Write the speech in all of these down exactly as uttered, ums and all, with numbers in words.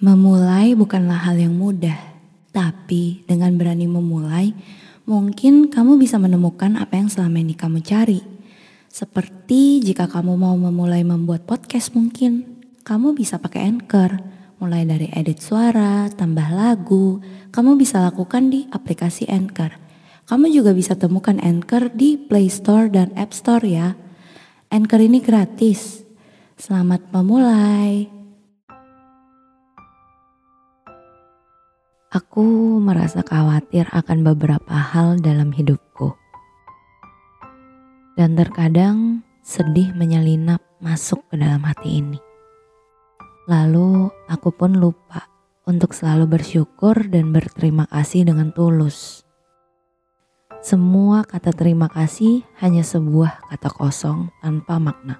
Memulai bukanlah hal yang mudah, tapi dengan berani memulai, mungkin kamu bisa menemukan apa yang selama ini kamu cari. Seperti jika kamu mau memulai membuat podcast mungkin, kamu bisa pakai Anchor. Mulai dari edit suara, tambah lagu, kamu bisa lakukan di aplikasi Anchor. Kamu juga bisa temukan Anchor di Play Store dan App Store ya. Anchor ini gratis. Selamat memulai. Aku merasa khawatir akan beberapa hal dalam hidupku. Dan terkadang sedih menyelinap masuk ke dalam hati ini. Lalu aku pun lupa untuk selalu bersyukur dan berterima kasih dengan tulus. Semua kata terima kasih hanya sebuah kata kosong tanpa makna.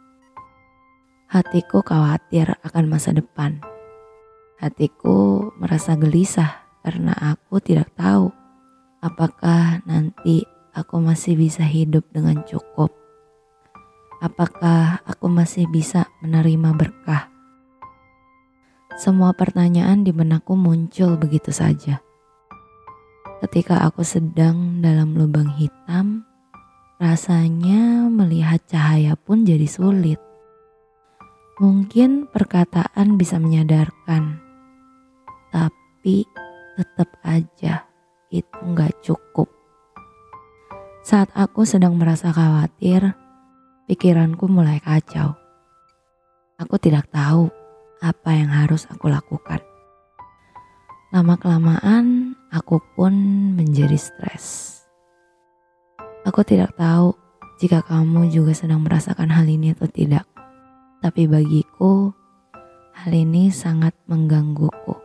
Hatiku khawatir akan masa depan. Hatiku merasa gelisah karena aku tidak tahu apakah nanti aku masih bisa hidup dengan cukup. Apakah aku masih bisa menerima berkah? Semua pertanyaan di benakku muncul begitu saja. Ketika aku sedang dalam lubang hitam, rasanya melihat cahaya pun jadi sulit. Mungkin perkataan bisa menyadarkan, tapi tetap aja itu gak cukup. Saat aku sedang merasa khawatir, pikiranku mulai kacau. Aku tidak tahu apa yang harus aku lakukan. Lama-kelamaan aku pun menjadi stres. Aku tidak tahu jika kamu juga sedang merasakan hal ini atau tidak. Tapi bagiku, hal ini sangat menggangguku.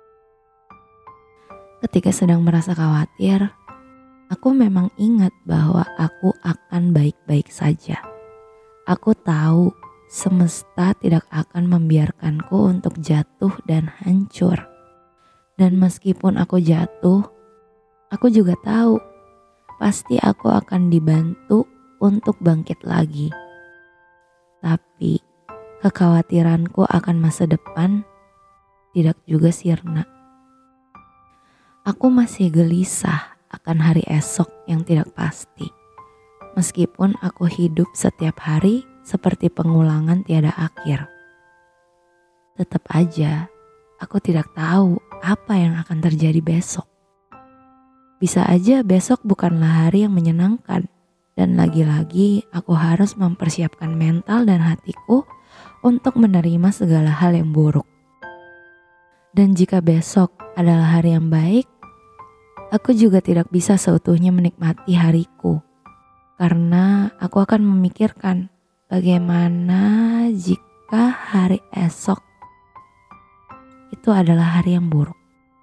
Ketika sedang merasa khawatir, aku memang ingat bahwa aku akan baik-baik saja. Aku tahu semesta tidak akan membiarkanku untuk jatuh dan hancur. Dan meskipun aku jatuh, aku juga tahu pasti aku akan dibantu untuk bangkit lagi. Tapi kekhawatiranku akan masa depan tidak juga sirna. Aku masih gelisah akan hari esok yang tidak pasti. Meskipun aku hidup setiap hari seperti pengulangan tiada akhir. Tetap aja, aku tidak tahu apa yang akan terjadi besok. Bisa aja besok bukanlah hari yang menyenangkan. Dan lagi-lagi aku harus mempersiapkan mental dan hatiku untuk menerima segala hal yang buruk. Dan jika besok adalah hari yang baik, aku juga tidak bisa seutuhnya menikmati hariku. Karena aku akan memikirkan bagaimana jika hari esok itu adalah hari yang buruk.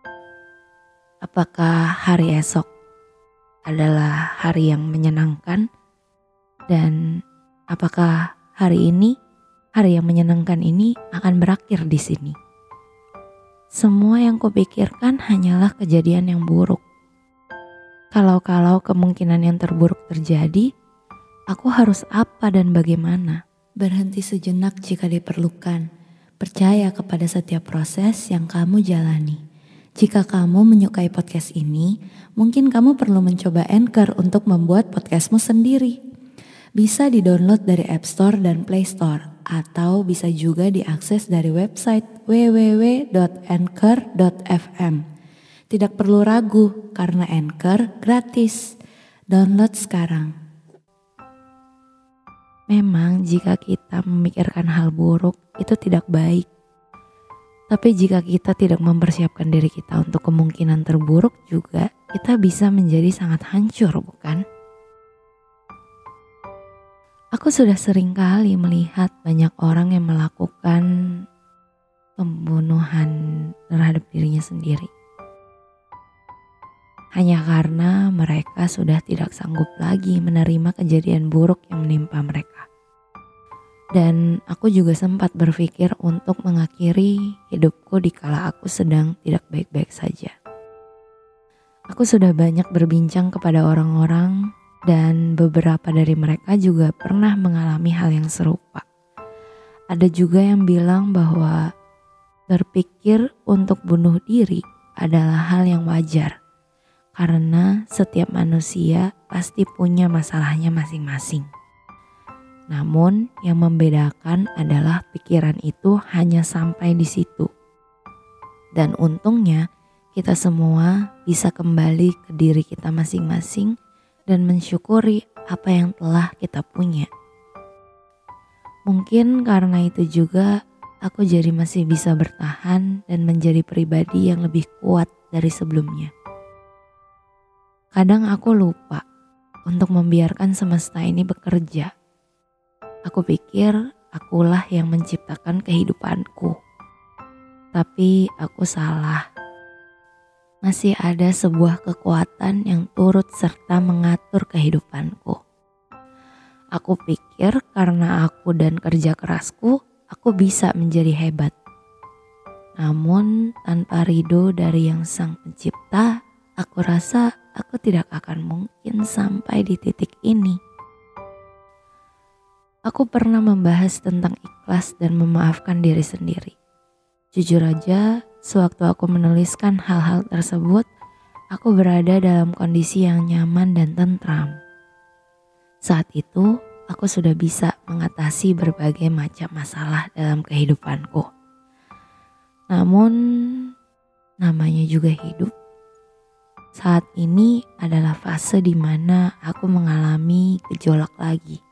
Apakah hari esok adalah hari yang menyenangkan? Dan apakah hari ini, hari yang menyenangkan ini akan berakhir di sini? Semua yang kupikirkan hanyalah kejadian yang buruk. Kalau-kalau kemungkinan yang terburuk terjadi, aku harus apa dan bagaimana? Berhenti sejenak jika diperlukan. Percaya kepada setiap proses yang kamu jalani. Jika kamu menyukai podcast ini, mungkin kamu perlu mencoba Anchor untuk membuat podcastmu sendiri. Bisa di-download dari App Store dan Play Store, atau bisa juga diakses dari website w w w dot anchor dot f m. Tidak perlu ragu karena Anchor gratis. Download sekarang. Memang jika kita memikirkan hal buruk itu tidak baik. Tapi jika kita tidak mempersiapkan diri kita untuk kemungkinan terburuk juga, kita bisa menjadi sangat hancur, bukan? Aku sudah sering kali melihat banyak orang yang melakukan pembunuhan terhadap dirinya sendiri. Hanya karena mereka sudah tidak sanggup lagi menerima kejadian buruk yang menimpa mereka. Dan aku juga sempat berpikir untuk mengakhiri hidupku dikala aku sedang tidak baik-baik saja. Aku sudah banyak berbincang kepada orang-orang dan beberapa dari mereka juga pernah mengalami hal yang serupa. Ada juga yang bilang bahwa Berpikir untuk bunuh diri adalah hal yang wajar, karena setiap manusia pasti punya masalahnya masing-masing. Namun, yang membedakan adalah pikiran itu hanya sampai di situ. Dan untungnya, kita semua bisa kembali ke diri kita masing-masing dan mensyukuri apa yang telah kita punya. Mungkin karena itu juga aku jadi masih bisa bertahan dan menjadi pribadi yang lebih kuat dari sebelumnya. Kadang aku lupa untuk membiarkan semesta ini bekerja. Aku pikir akulah yang menciptakan kehidupanku. Tapi aku salah. Masih ada sebuah kekuatan yang turut serta mengatur kehidupanku. Aku pikir karena aku dan kerja kerasku, aku bisa menjadi hebat. Namun tanpa ridho dari yang Sang Pencipta, aku rasa aku tidak akan mungkin sampai di titik ini. Aku pernah membahas tentang ikhlas dan memaafkan diri sendiri. Jujur aja, sewaktu aku menuliskan hal-hal tersebut, aku berada dalam kondisi yang nyaman dan tentram. Saat itu, aku sudah bisa mengatasi berbagai macam masalah dalam kehidupanku. Namun, namanya juga hidup. Saat ini adalah fase di mana aku mengalami gejolak lagi.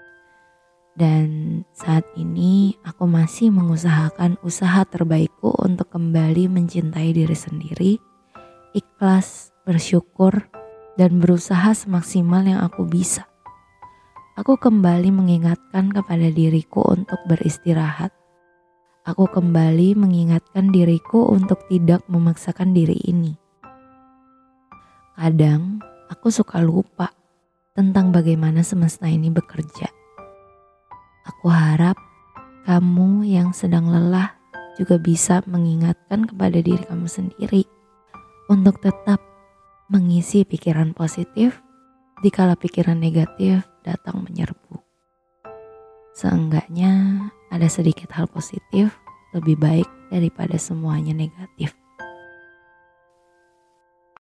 Dan saat ini aku masih mengusahakan usaha terbaikku untuk kembali mencintai diri sendiri, ikhlas, bersyukur, dan berusaha semaksimal yang aku bisa. Aku kembali mengingatkan kepada diriku untuk beristirahat. Aku kembali mengingatkan diriku untuk tidak memaksakan diri ini. Kadang aku suka lupa tentang bagaimana semesta ini bekerja. Aku harap kamu yang sedang lelah juga bisa mengingatkan kepada diri kamu sendiri untuk tetap mengisi pikiran positif dikala pikiran negatif datang menyerbu. Seenggaknya ada sedikit hal positif lebih baik daripada semuanya negatif.